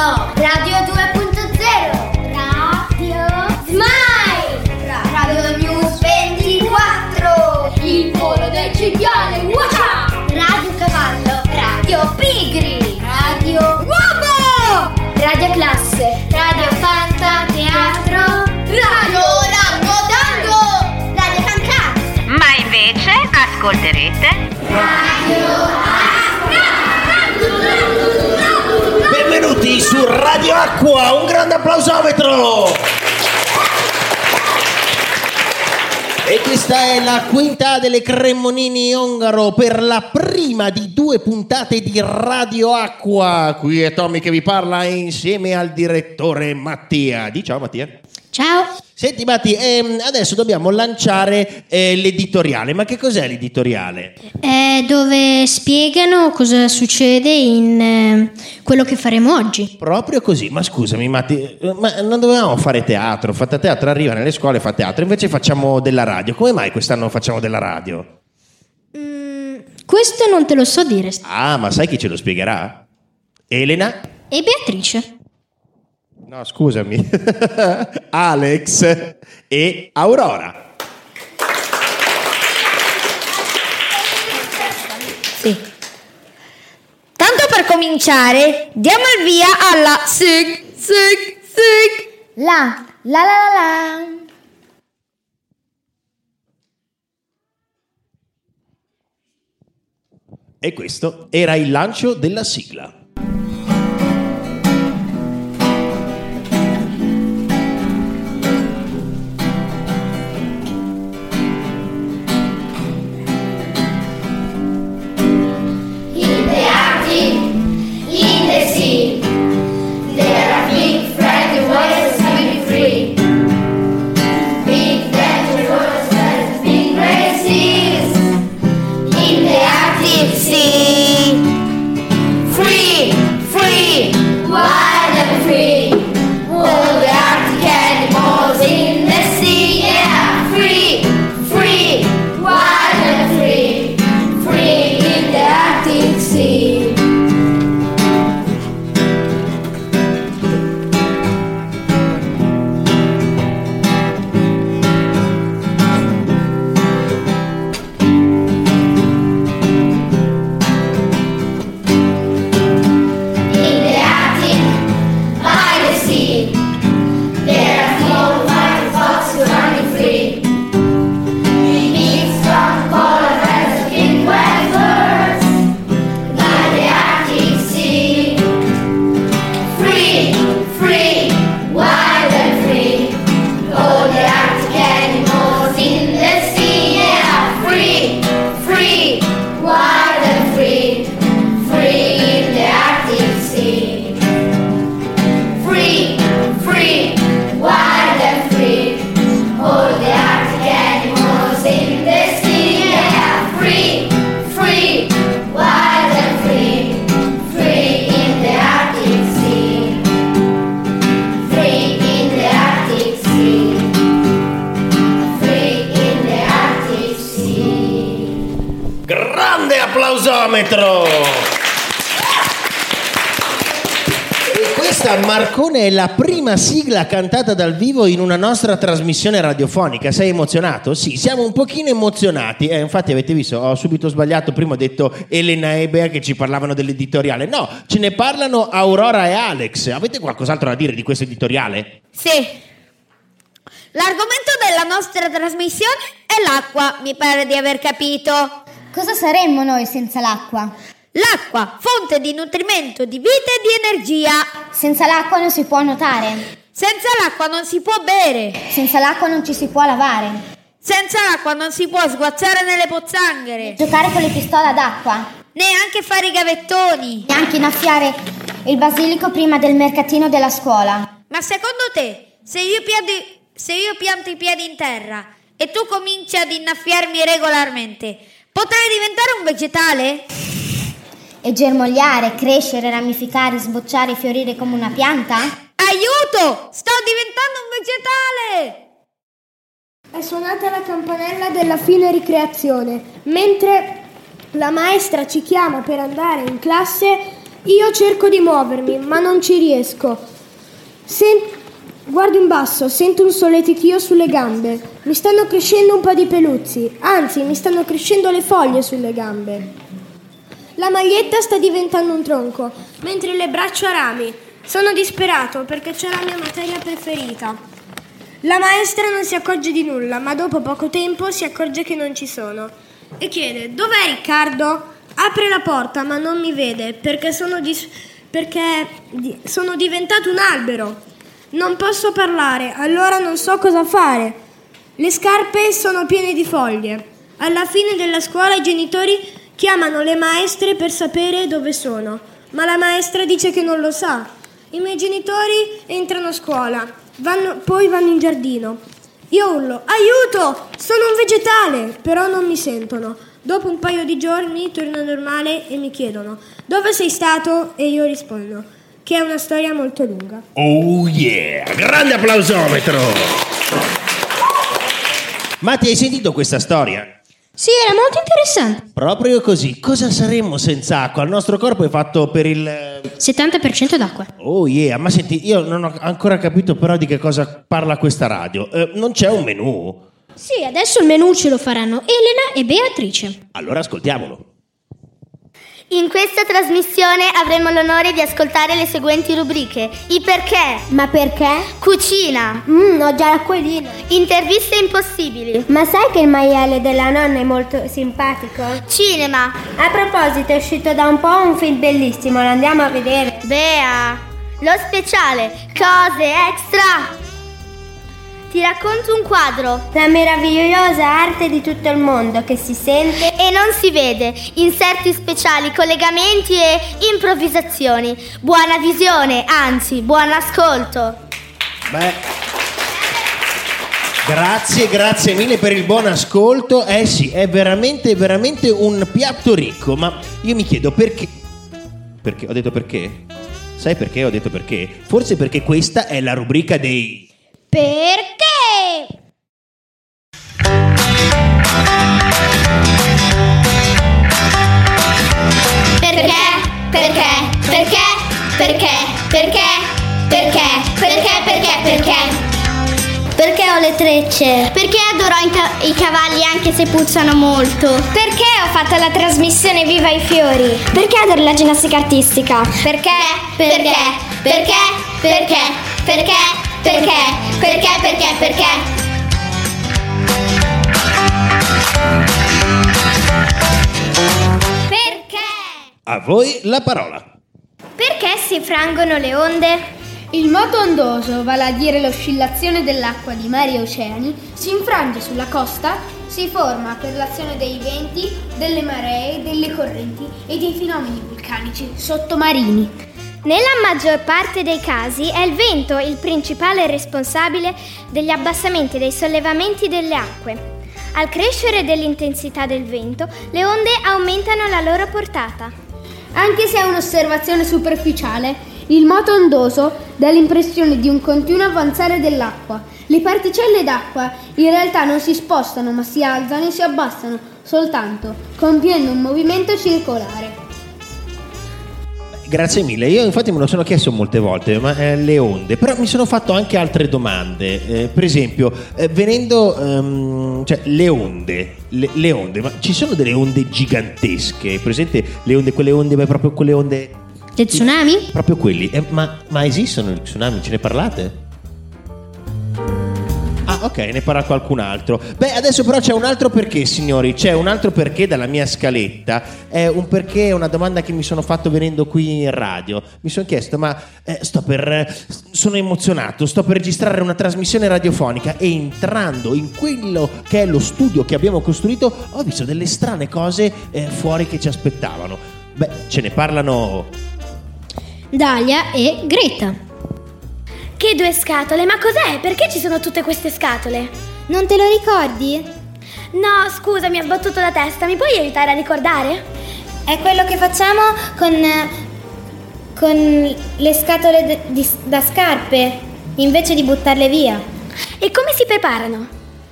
No! Radio 2.0! Radio Smile! Radio News 24! Il volo del cinghiale! Wow! Radio Cavallo! Radio Pigri! Radio Uomo! Radio Classe! Radio Fanta Teatro! Radio Rango Dango! Radio Cancan! Ma invece ascolterete Benvenuti su Radio Acqua, un grande applausometro! E questa è la quinta delle Cremonini Ongaro per la prima di 2 puntate di Radio Acqua. Qui è Tommy che vi parla insieme al direttore Mattia. Di ciao Mattia. Ciao! Senti Matti, adesso dobbiamo lanciare l'editoriale. Ma che cos'è l'editoriale? Dove spiegano cosa succede in quello che faremo oggi. Proprio così, ma scusami Matti, ma non dovevamo fare teatro? Fate teatro, arriva nelle scuole, fa teatro, invece facciamo della radio. Come mai quest'anno facciamo della radio? Questo non te lo so dire. Ah, ma sai chi ce lo spiegherà? Elena? E Beatrice. No, scusami. Alex e Aurora. Sì. Tanto per cominciare, diamo il via alla sig. La. E questo era il lancio della sigla. Applausometro! E questa, Marcone, è la prima sigla cantata dal vivo in una nostra trasmissione radiofonica. Sei emozionato? Sì, siamo un pochino emozionati. Infatti avete visto, ho subito sbagliato. Prima ho detto Elena e Bea che ci parlavano dell'editoriale. No, ce ne parlano Aurora e Alex. Avete qualcos'altro da dire di questo editoriale? Sì. L'argomento della nostra trasmissione è l'acqua, mi pare di aver capito. Cosa saremmo noi senza l'acqua? L'acqua, fonte di nutrimento, di vita e di energia. Senza l'acqua non si può nuotare. Senza l'acqua non si può bere. Senza l'acqua non ci si può lavare. Senza l'acqua non si può sguazzare nelle pozzanghere. Giocare con le pistole d'acqua. Neanche fare i gavettoni. Neanche innaffiare il basilico prima del mercatino della scuola. Ma secondo te, se io pianto i piedi in terra e tu cominci ad innaffiarmi regolarmente, potrei diventare un vegetale? E germogliare, crescere, ramificare, sbocciare e fiorire come una pianta? Aiuto! Sto diventando un vegetale! È suonata la campanella della fine ricreazione. Mentre la maestra ci chiama per andare in classe, Io cerco di muovermi, ma non ci riesco. Guardo in basso, sento un solletichio sulle gambe. Mi stanno crescendo un po' di peluzzi, anzi, mi stanno crescendo le foglie sulle gambe. La maglietta sta diventando un tronco, mentre le braccia rami. Sono disperato perché c'è la mia materia preferita. La maestra non si accorge di nulla, ma dopo poco tempo si accorge che non ci sono e chiede: dov'è Riccardo? Apre la porta, ma non mi vede perché sono diventato un albero. Non posso parlare, allora non so cosa fare. Le scarpe sono piene di foglie. Alla fine della scuola i genitori chiamano le maestre per sapere dove sono, ma la maestra dice che non lo sa. I miei genitori entrano a scuola, poi vanno in giardino. Io urlo: aiuto, sono un vegetale, però non mi sentono. Dopo un paio di giorni torno normale e mi chiedono: dove sei stato? E io rispondo che è una storia molto lunga. Oh yeah! Grande applausometro! Ma ti hai sentito questa storia? Sì, era molto interessante. Proprio così. Cosa saremmo senza acqua? Il nostro corpo è fatto per il 70% d'acqua. Oh yeah, ma senti, io non ho ancora capito però di che cosa parla questa radio. Non c'è un menù? Sì, adesso il menù ce lo faranno Elena e Beatrice. Allora ascoltiamolo. In questa trasmissione avremo l'onore di ascoltare le seguenti rubriche: i perché. Ma perché? Cucina. Ho già l'acquolina. Interviste impossibili. Ma sai che il maiale della nonna è molto simpatico? Cinema. A proposito, è uscito da un po' un film bellissimo, lo andiamo a vedere. Bea. Lo speciale. Cose extra. Ti racconto un quadro. La meravigliosa arte di tutto il mondo che si sente e non si vede. Inserti speciali, collegamenti e improvvisazioni. Buona visione, anzi, buon ascolto. Beh, grazie mille per il buon ascolto. Sì, è veramente un piatto ricco. Ma io mi chiedo perché. Perché? Ho detto perché? Sai perché ho detto perché? Forse perché questa è la rubrica dei perché? Perché ho le trecce? Perché adoro i cavalli anche se puzzano molto? Perché ho fatto la trasmissione Viva i Fiori? Perché adoro la ginnastica artistica? Perché? A voi la parola. Perché si frangono le onde? Il moto ondoso, vale a dire l'oscillazione dell'acqua di mari e oceani, si infrange sulla costa, si forma per l'azione dei venti, delle maree, delle correnti e dei fenomeni vulcanici sottomarini. Nella maggior parte dei casi è il vento il principale responsabile degli abbassamenti e dei sollevamenti delle acque. Al crescere dell'intensità del vento, le onde aumentano la loro portata. Anche se è un'osservazione superficiale, il moto ondoso dà l'impressione di un continuo avanzare dell'acqua. Le particelle d'acqua in realtà non si spostano, ma si alzano e si abbassano soltanto, compiendo un movimento circolare. Grazie mille, io infatti me lo sono chiesto molte volte, ma le onde, però mi sono fatto anche altre domande, per esempio, cioè le onde, ma ci sono delle onde gigantesche, presente le onde, quelle onde, ma proprio quelle onde... Le tsunami? Proprio quelli, ma esistono i tsunami, ce ne parlate? Ah, ok, ne parla qualcun altro. Beh, adesso però c'è un altro perché, signori. C'è un altro perché dalla mia scaletta. È un perché, una domanda che mi sono fatto venendo qui in radio. Mi sono chiesto, ma sono emozionato, sto per registrare una trasmissione radiofonica e entrando in quello che è lo studio che abbiamo costruito ho visto delle strane cose fuori che ci aspettavano. Beh, ce ne parlano Dalia e Greta. Che due scatole? Ma cos'è? Perché ci sono tutte queste scatole? Non te lo ricordi? No, scusa, mi ha sbattuto la testa. Mi puoi aiutare a ricordare? È quello che facciamo con le scatole da scarpe, invece di buttarle via. E come si preparano?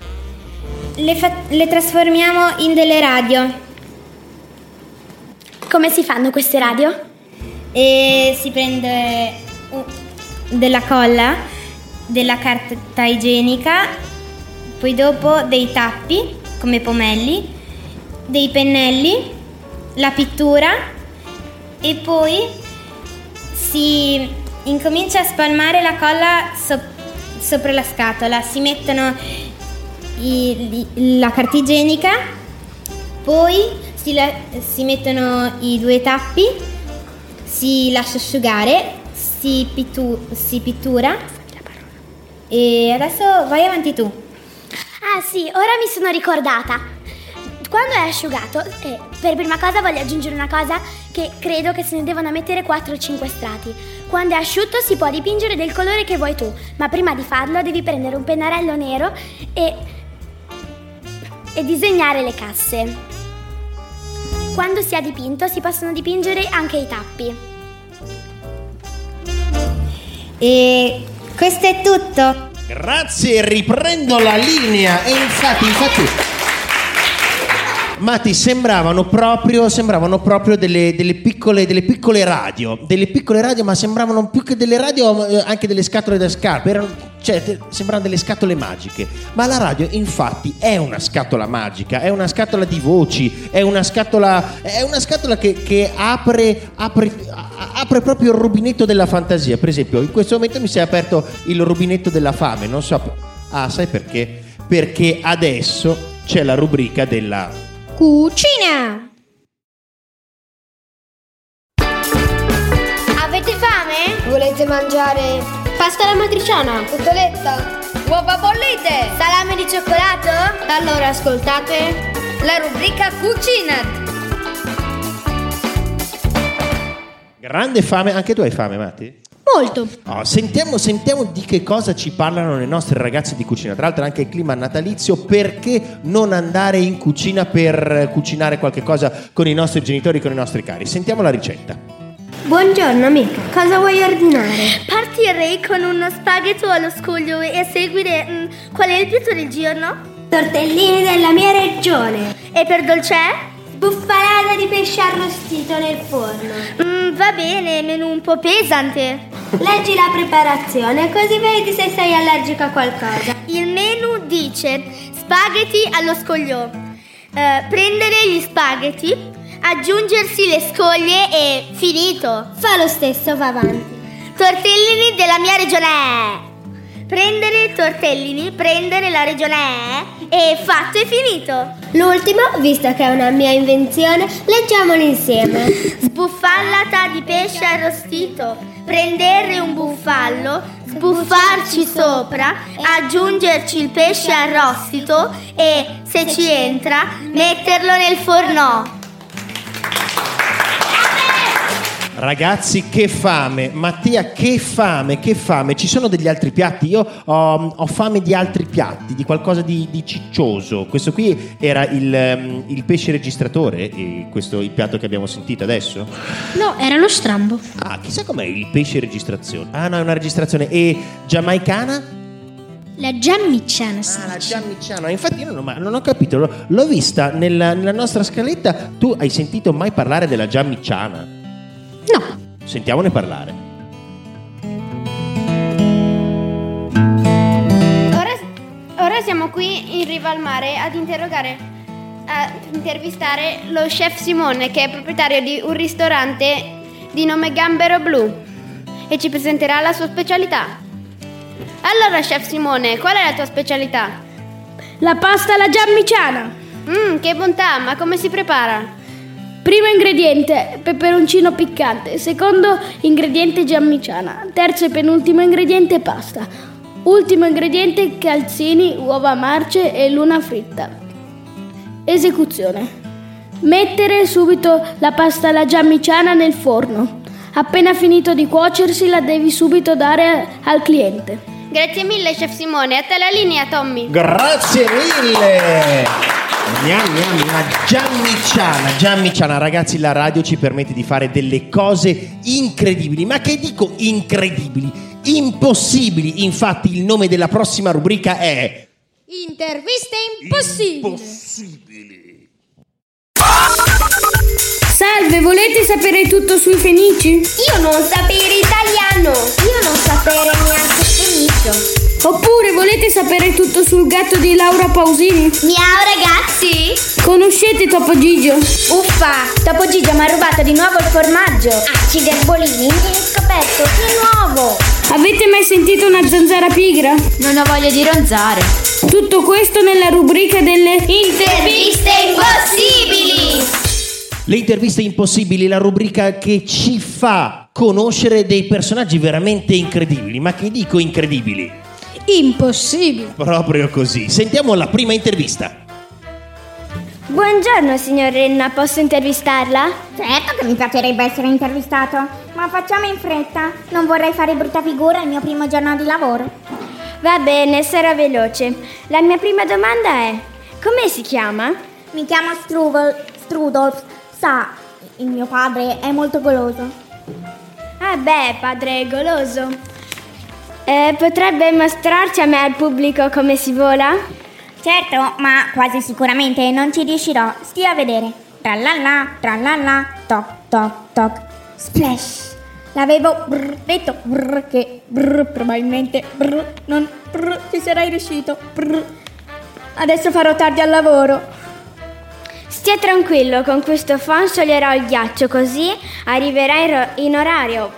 Le trasformiamo in delle radio. Come si fanno queste radio? e si prende della colla, della carta igienica, poi dopo dei tappi come pomelli, dei pennelli, la pittura e poi si incomincia a spalmare la colla sopra la scatola. Si mettono la carta igienica, poi si mettono i 2 tappi, si lascia asciugare, si pittura e adesso vai avanti tu. Ah sì, ora mi sono ricordata. Quando è asciugato, per prima cosa voglio aggiungere una cosa che credo che se ne devono mettere 4 o 5 strati. Quando è asciutto si può dipingere del colore che vuoi tu, ma prima di farlo devi prendere un pennarello nero e disegnare le casse. Quando si è dipinto si possono dipingere anche i tappi. E questo è tutto. Grazie, riprendo la linea. E infatti Matti, sembravano proprio delle piccole radio, ma sembravano più che delle radio anche delle scatole da scarpe, sembravano delle scatole magiche. Ma la radio infatti è una scatola magica, è una scatola di voci, è una scatola che apre proprio il rubinetto della fantasia. Per esempio, in questo momento mi si è aperto il rubinetto della fame, non so. Ah, sai perché? Perché adesso c'è la rubrica della cucina. Avete fame? Volete mangiare pasta alla matriciana, cotoletta, Uova bollite! Salame di cioccolato? allora ascoltate. La rubrica Cucina! grande fame. Anche tu hai fame, Matti? Molto. Oh, sentiamo di che cosa ci parlano le nostre ragazze di cucina. Tra l'altro anche il clima natalizio, perché non andare in cucina per cucinare qualche cosa con i nostri genitori, con i nostri cari? Sentiamo la ricetta. Buongiorno amica, cosa vuoi ordinare? Partirei con uno spaghetto allo scoglio e a seguire qual è il piatto del giorno? Tortellini della mia regione. E per dolce? Bufalata di pesce arrostito nel forno. Va bene, menù un po' pesante. Leggi la preparazione così vedi se sei allergica a qualcosa. Il menù dice spaghetti allo scoglio. Prendere gli spaghetti, aggiungersi le scoglie e finito. Fa lo stesso, va avanti. Tortellini della mia regione. Prendere i tortellini, prendere la regione e fatto e finito. L'ultimo, visto che è una mia invenzione, leggiamolo insieme. Sbuffallata di pesce arrostito. Prendere un bufallo, sbuffarci sopra, aggiungerci il pesce arrostito e, se ci entra, metterlo nel forno. Ragazzi, che fame. Mattia, che fame. Ci sono degli altri piatti? Io ho fame di altri piatti, di qualcosa di ciccioso. Questo qui era il pesce registratore, il piatto che abbiamo sentito adesso? No, era lo strambo. Ah, chissà com'è il pesce registrazione. Ah no, è una registrazione. E giamaicana? La giammicciana. La giammicciana. Infatti io non ho capito, l'ho vista nella nostra scaletta. Tu hai sentito mai parlare della giammicciana? No. Sentiamone parlare. Ora siamo qui in riva al mare ad intervistare lo chef Simone, che è proprietario di un ristorante di nome Gambero Blu, e ci presenterà la sua specialità. Allora, chef Simone, qual è la tua specialità? La pasta alla giammicciana. Che bontà, ma come si prepara? Primo ingrediente, peperoncino piccante. Secondo ingrediente, giammicciana. Terzo e penultimo ingrediente, pasta. Ultimo ingrediente, calzini, uova marce e luna fritta. Esecuzione: mettere subito la pasta alla giammicciana nel forno. Appena finito di cuocersi la devi subito dare al cliente. Grazie mille, chef Simone. A te la linea, Tommy. Grazie mille. La giammicciana, ragazzi, la radio ci permette di fare delle cose incredibili, ma che dico incredibili, impossibili. Infatti il nome della prossima rubrica è Interviste impossibili. Salve, volete sapere tutto sui Fenici? Io non sapere italiano. Io non sapere neanche fenicio. Oppure volete sapere tutto sul gatto di Laura Pausini? Miau ragazzi. Conoscete Topo Gigio? Uffa, Topo Gigio mi ha rubato di nuovo il formaggio. Acciderbolini, niente scoperto, che nuovo. Avete mai sentito una zanzara pigra? Non ho voglia di ronzare. Tutto questo nella rubrica delle Interviste impossibili. Le interviste impossibili, la rubrica che ci fa conoscere dei personaggi veramente incredibili. Ma che dico incredibili? Impossibile. Proprio così. Sentiamo la prima intervista. Buongiorno signor Renna, posso intervistarla? Certo che mi piacerebbe essere intervistato, ma facciamo in fretta. Non vorrei fare brutta figura il mio primo giorno di lavoro. Va bene, sarò veloce. La mia prima domanda è: come si chiama? Mi chiamo Strudolf. Sa, il mio padre è molto goloso. Ah beh, padre è goloso. Potrebbe mostrarci a me e al pubblico come si vola? Certo, ma quasi sicuramente non ci riuscirò. Stia a vedere. Trallalla, toc, toc, toc. Splash. L'avevo detto che probabilmente non ci sarei riuscito. Adesso farò tardi al lavoro. Stia tranquillo, con questo phon scioglierò il ghiaccio, così arriverà in orario.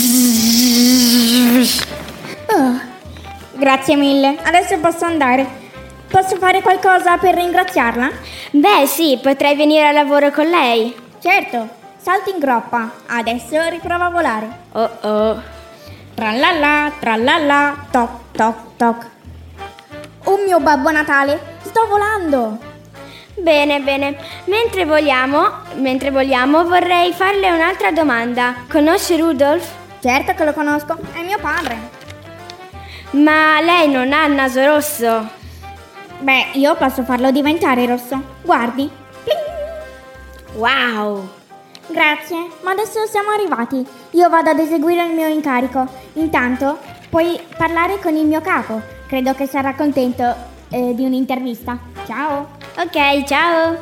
Oh, grazie mille. Adesso posso andare. Posso fare qualcosa per ringraziarla? Beh sì, potrei venire a lavoro con lei. Certo, salti in groppa. Adesso riprova a volare. Oh oh. Trallalla, toc, toc, toc. Oh mio Babbo Natale, sto volando. Bene. Mentre vogliamo vorrei farle un'altra domanda. Conosce Rudolf? Certo che lo conosco, è mio padre. Ma lei non ha il naso rosso? Beh, io posso farlo diventare rosso. Guardi. Pling! Wow! Grazie, ma adesso siamo arrivati. Io vado ad eseguire il mio incarico. Intanto puoi parlare con il mio capo. Credo che sarà contento di un'intervista. Ciao. Ok, ciao!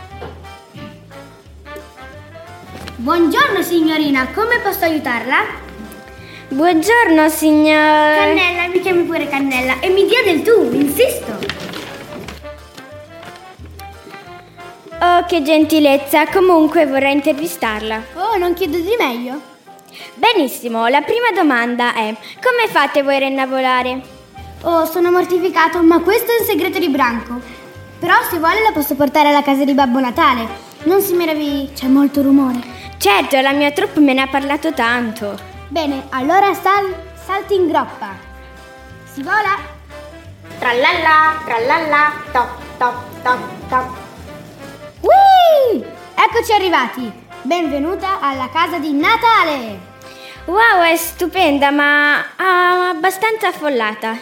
Buongiorno signorina, come posso aiutarla? Buongiorno signor... Cannella, mi chiami pure Cannella e mi dia del tu, insisto. Oh, che gentilezza, comunque vorrei intervistarla. Oh, non chiedo di meglio. Benissimo, la prima domanda è: come fate voi a volare? Oh, sono mortificato, ma questo è un segreto di branco. Però se vuole la posso portare alla casa di Babbo Natale. Non si meravigli, c'è molto rumore. Certo, la mia troupe me ne ha parlato tanto. Bene, allora salti in groppa. Si vola? Trallalla, toc, toc, toc, toc. Whee! Eccoci arrivati. Benvenuta alla casa di Natale. Wow, è stupenda, ma abbastanza affollata.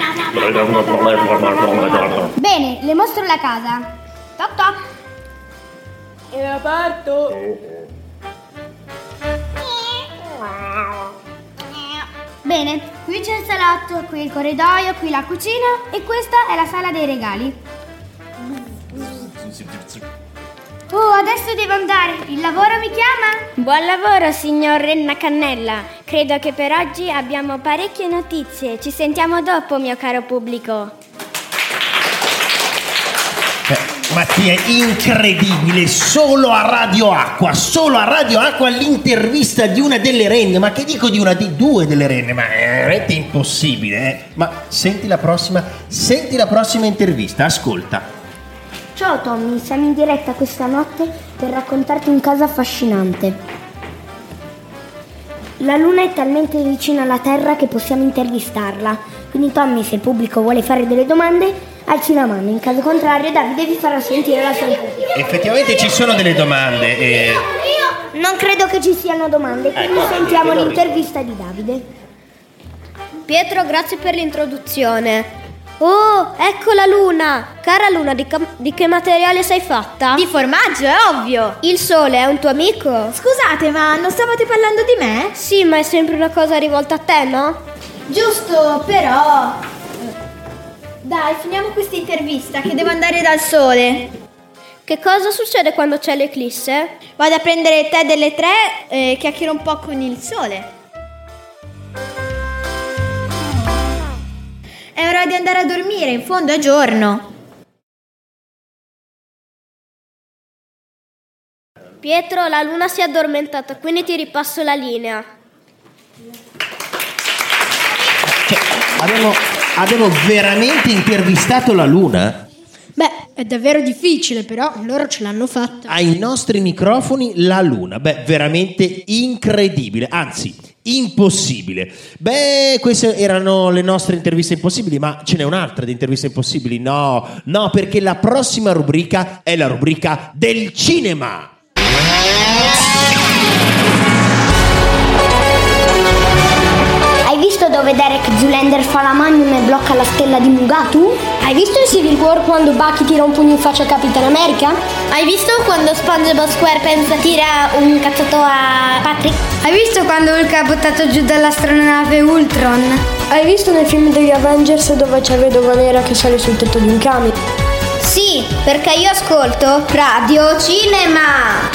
Bene, le mostro la casa. Toc toc. È aperto. Bene, qui c'è il salotto, qui il corridoio, qui la cucina e questa è la sala dei regali. Oh, adesso devo andare, il lavoro mi chiama? Buon lavoro, signor Renna Cannella. Credo che per oggi abbiamo parecchie notizie. Ci sentiamo dopo, mio caro pubblico. Mattia, è incredibile, solo a Radio Acqua l'intervista di una delle renne, ma che dico di due delle renne, ma è veramente impossibile, eh? Ma senti la prossima intervista, ascolta. Ciao Tommy, siamo in diretta questa notte per raccontarti un caso affascinante. La Luna è talmente vicina alla Terra che possiamo intervistarla. Quindi Tommy, se il pubblico vuole fare delle domande, alzi la mano. In caso contrario Davide vi farà sentire la sua intervista. Effettivamente ci sono delle domande. Io non credo che ci siano domande, quindi sentiamo l'intervista di Davide. Pietro, grazie per l'introduzione. Oh, ecco la Luna! Cara Luna, di che materiale sei fatta? Di formaggio, è ovvio. Il sole è un tuo amico? Scusate, ma non stavate parlando di me? Sì, ma è sempre una cosa rivolta a te, no? Giusto, però... Dai, finiamo questa intervista che devo andare dal sole. Che Che cosa succede quando c'è l'eclisse? Vado a prendere il tè delle 3 e chiacchiero un po' con il sole. È ora di andare a dormire, in fondo è giorno. Pietro, la luna si è addormentata, quindi ti ripasso la linea. Abbiamo veramente intervistato la luna? Beh, è davvero difficile, però loro ce l'hanno fatta. Ai nostri microfoni la luna. Beh, veramente incredibile, anzi, impossibile. Beh, queste erano le nostre interviste impossibili, ma ce n'è un'altra di interviste impossibili? No, perché la prossima rubrica è la rubrica del cinema. Hai visto dove Derek Zoolander fa la magnum e blocca la stella di Mugatu? Hai visto in Civil War quando Bucky tira un pugno in faccia a Capitan America? Hai visto quando SpongeBob SquarePants tira un cazzotto a Patrick? Hai visto quando Hulk ha buttato giù dall'astronave Ultron? Hai visto nel film degli Avengers dove c'è Vedova Nera che sale sul tetto di un camion? Sì, perché io ascolto Radio Cinema.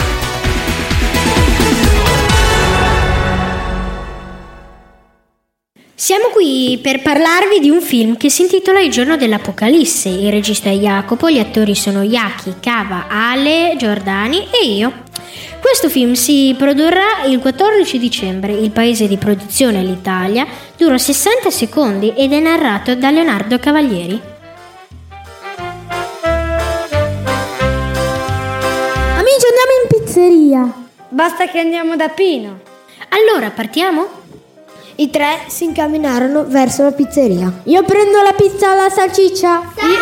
Siamo qui per parlarvi di un film che si intitola Il giorno dell'Apocalisse. Il regista è Jacopo, gli attori sono Yaki, Cava, Ale, Giordani e io. Questo film si produrrà il 14 dicembre, il paese di produzione è l'Italia, dura 60 secondi ed è narrato da Leonardo Cavalieri. Amici, andiamo in pizzeria. Basta che andiamo da Pino. Allora, partiamo? I tre si incamminarono verso la pizzeria. Io prendo la pizza alla salsiccia.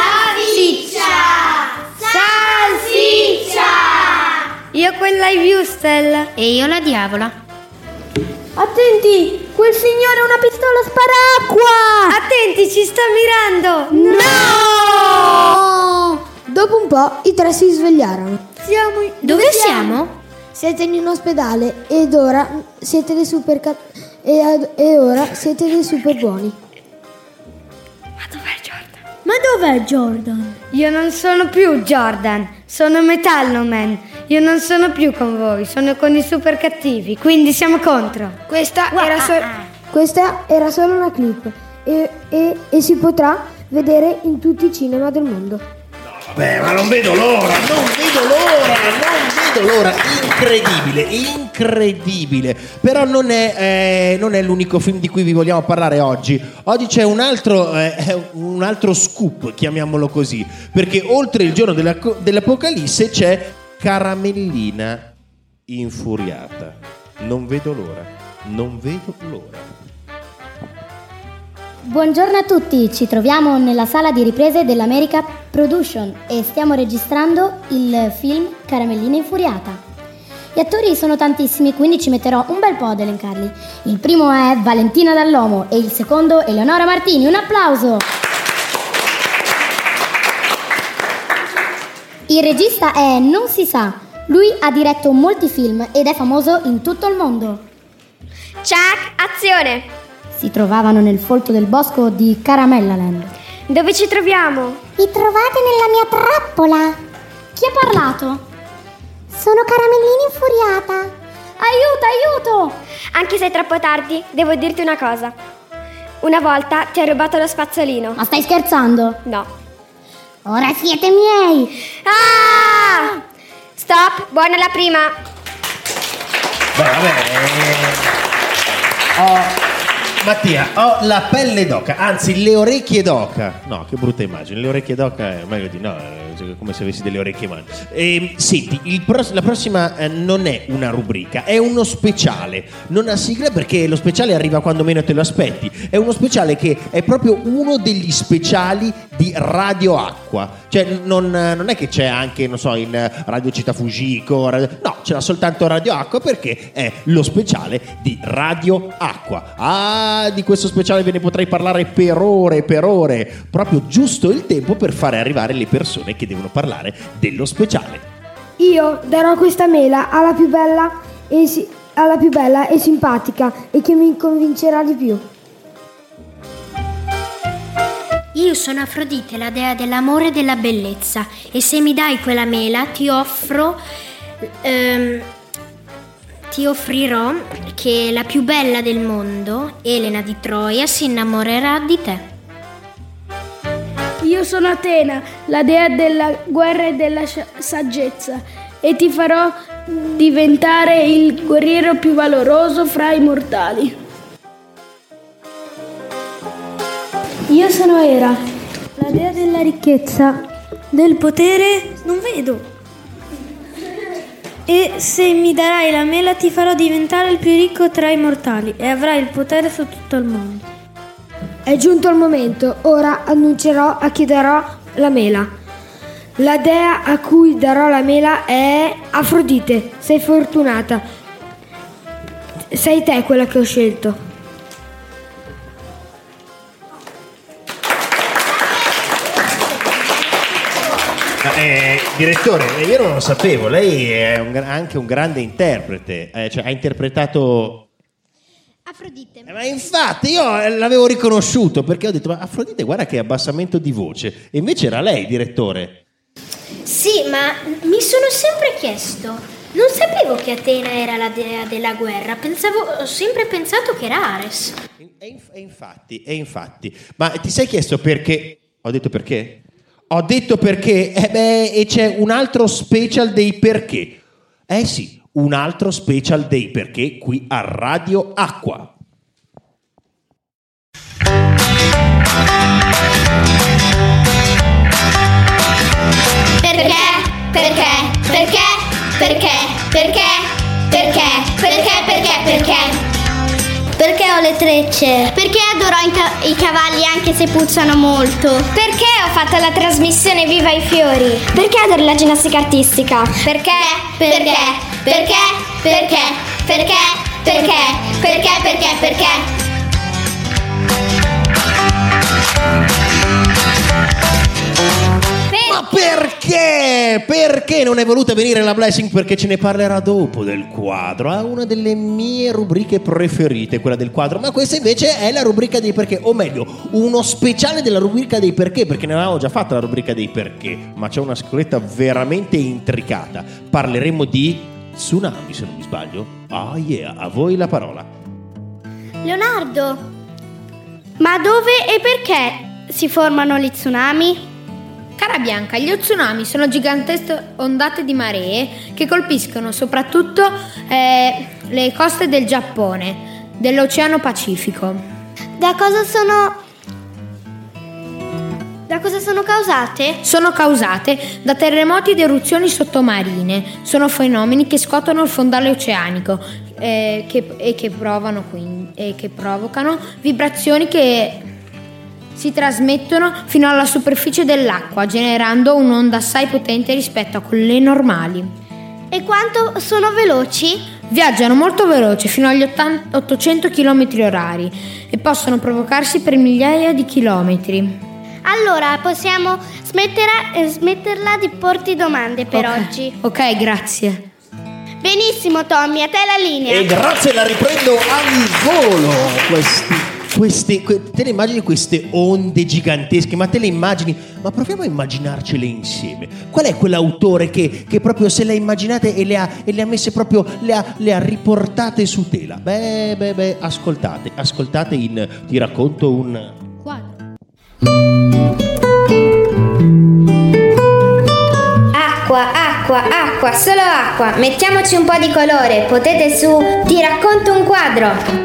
Salsiccia! Io quella ai Wustel. E io la diavola. Attenti, quel signore ha una pistola sparacqua. Attenti, ci sta mirando. No! Dopo un po' i tre si svegliarono. Dove siamo? Siete in un ospedale ed ora siete dei super e ora siete dei super buoni. Ma dov'è Jordan? Io non sono più Jordan, sono Metallo Man. Io non sono più con voi, sono con i super cattivi, quindi siamo contro. Questa era solo una clip e si potrà vedere in tutti i cinema del mondo. Vabbè, ma non vedo l'ora. Incredibile. Però non è l'unico film di cui vi vogliamo parlare oggi. Oggi c'è un altro scoop, chiamiamolo così, perché oltre il giorno dell'Apocalisse c'è Caramellina infuriata. Non vedo l'ora. Buongiorno a tutti, ci troviamo nella sala di riprese dell'America Production e stiamo registrando il film Caramellina infuriata. Gli attori sono tantissimi, quindi ci metterò un bel po' ad elencarli. Il primo è Valentina Dall'Omo e il secondo Eleonora Martini. Un applauso! Il regista è Non si sa. Lui ha diretto molti film ed è famoso in tutto il mondo. Chuck, azione! Si trovavano nel folto del bosco di Caramellaland. Dove ci troviamo? Vi trovate nella mia trappola. Chi ha parlato? Sono Caramellina infuriata. Aiuto! Anche se è troppo tardi, devo dirti una cosa. Una volta ti ho rubato lo spazzolino. Ma stai scherzando? No. Ora siete miei. Ah! Stop, buona la prima. Mattia, ho la pelle d'oca, anzi le orecchie d'oca. No, che brutta immagine, le orecchie d'oca è meglio di no, è come se avessi delle orecchie umane. Senti, la prossima non è una rubrica, è uno speciale. Non ha sigla perché lo speciale arriva quando meno te lo aspetti. È uno speciale che è proprio uno degli speciali di Radio Acqua. Cioè non è che c'è anche, non so, in Radio Città Fujiko, no, c'era soltanto Radio Acqua perché è lo speciale di Radio Acqua. Di questo speciale ve ne potrei parlare per ore, proprio giusto il tempo per fare arrivare le persone che devono parlare dello speciale. Io darò questa mela alla più bella e simpatica e che mi convincerà di più. Io sono Afrodite, la dea dell'amore e della bellezza, e se mi dai quella mela ti offrirò che la più bella del mondo, Elena di Troia, si innamorerà di te. Io sono Atena, la dea della guerra e della saggezza, e ti farò diventare il guerriero più valoroso fra i mortali. Io sono Era, la dea della ricchezza, del potere, non vedo. E se mi darai la mela ti farò diventare il più ricco tra i mortali e avrai il potere su tutto il mondo. È giunto il momento, ora annuncerò a chi darò la mela. La dea a cui darò la mela è Afrodite. Sei fortunata. Sei te quella che ho scelto. Direttore, io non lo sapevo, lei è anche un grande interprete, cioè ha interpretato Afrodite. Ma infatti io l'avevo riconosciuto perché ho detto ma Afrodite guarda che abbassamento di voce, e invece era lei, direttore. Sì, ma mi sono sempre chiesto, non sapevo che Atena era la dea della guerra, ho sempre pensato che era Ares. E infatti, ma ti sei chiesto perché? Ho detto perché? Ho detto perché, e c'è un altro special dei perché. Sì, un altro special dei perché qui a Radio Acqua. Perché ho le trecce? Perché adoro i cavalli anche se puzzano molto? Perché ho fatto la trasmissione Viva i Fiori? Perché adoro la ginnastica artistica? Perché? Ma perché? Perché non è voluta venire la Blessing? Perché ce ne parlerà dopo del quadro. Ha una delle mie rubriche preferite, quella del quadro. Ma questa invece è la rubrica dei perché, o meglio, uno speciale della rubrica dei perché, perché ne avevamo già fatta la rubrica dei perché, ma c'è una scaletta veramente intricata. Parleremo di tsunami, se non mi sbaglio. Ah yeah, a voi la parola. Leonardo, ma dove e perché si formano gli tsunami? Cara Bianca, gli tsunami sono gigantesche ondate di maree che colpiscono soprattutto le coste del Giappone, dell'Oceano Pacifico. Da cosa sono causate? Sono causate da terremoti ed eruzioni sottomarine. Sono fenomeni che scuotono il fondale oceanico che provocano vibrazioni che si trasmettono fino alla superficie dell'acqua, generando un'onda assai potente rispetto a quelle normali. E quanto sono veloci? Viaggiano molto veloci, fino agli 800 km/h, e possono provocarsi per migliaia di chilometri. Allora possiamo smetterla di porti domande per oggi. Ok, grazie. Benissimo Tommy, a te la linea. E grazie, la riprendo al volo. Te le immagini queste onde gigantesche? Ma te le immagini? Ma proviamo a immaginarcele insieme. Qual è quell'autore che proprio se le ha immaginate e le ha messe proprio, le ha riportate su tela? Beh, ascoltate ti racconto un quadro. Acqua, solo acqua. Mettiamoci un po' di colore. Potete su Ti racconto un quadro.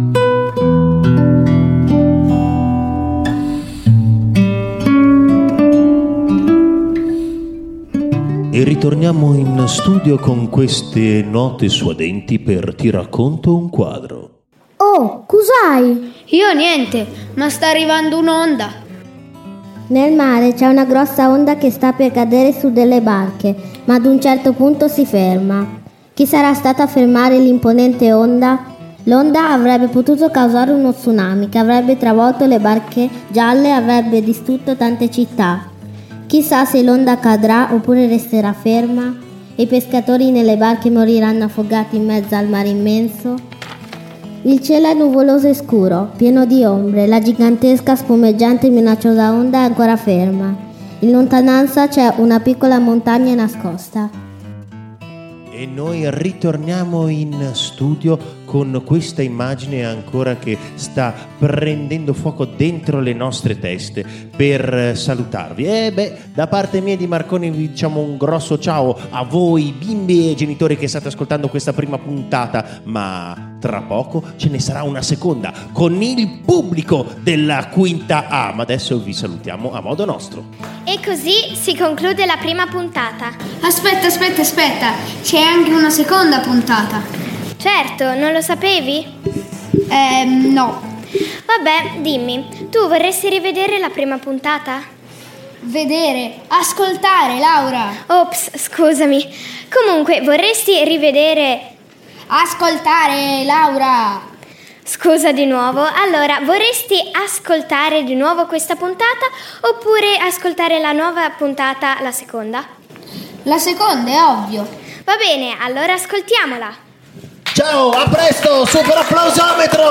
E ritorniamo in studio con queste note suadenti per Ti racconto un quadro. Oh, cos'hai? Io niente, ma sta arrivando un'onda. Nel mare c'è una grossa onda che sta per cadere su delle barche, ma ad un certo punto si ferma. Chi sarà stato a fermare l'imponente onda? L'onda avrebbe potuto causare uno tsunami che avrebbe travolto le barche gialle e avrebbe distrutto tante città. Chissà se l'onda cadrà oppure resterà ferma e i pescatori nelle barche moriranno affogati in mezzo al mare immenso. Il cielo è nuvoloso e scuro, pieno di ombre, la gigantesca spumeggiante e minacciosa onda è ancora ferma. In lontananza c'è una piccola montagna nascosta. E noi ritorniamo in studio con questa immagine ancora che sta prendendo fuoco dentro le nostre teste per salutarvi. E da parte mia e di Marconi vi diciamo un grosso ciao a voi bimbi e genitori che state ascoltando questa prima puntata, ma tra poco ce ne sarà una seconda con il pubblico della quinta A, ma adesso vi salutiamo a modo nostro. E così si conclude la prima puntata. Aspetta, c'è anche una seconda puntata. Certo, non lo sapevi? No. Vabbè, dimmi, tu vorresti rivedere la prima puntata? Vedere, ascoltare, Laura. Ops, scusami. Comunque, vorresti rivedere... Ascoltare, Laura. Scusa di nuovo. Allora, vorresti ascoltare di nuovo questa puntata oppure ascoltare la nuova puntata, la seconda? La seconda, è ovvio. Va bene, allora ascoltiamola. Ciao, a presto, super applausometro!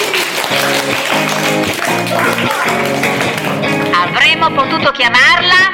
Avremmo potuto chiamarla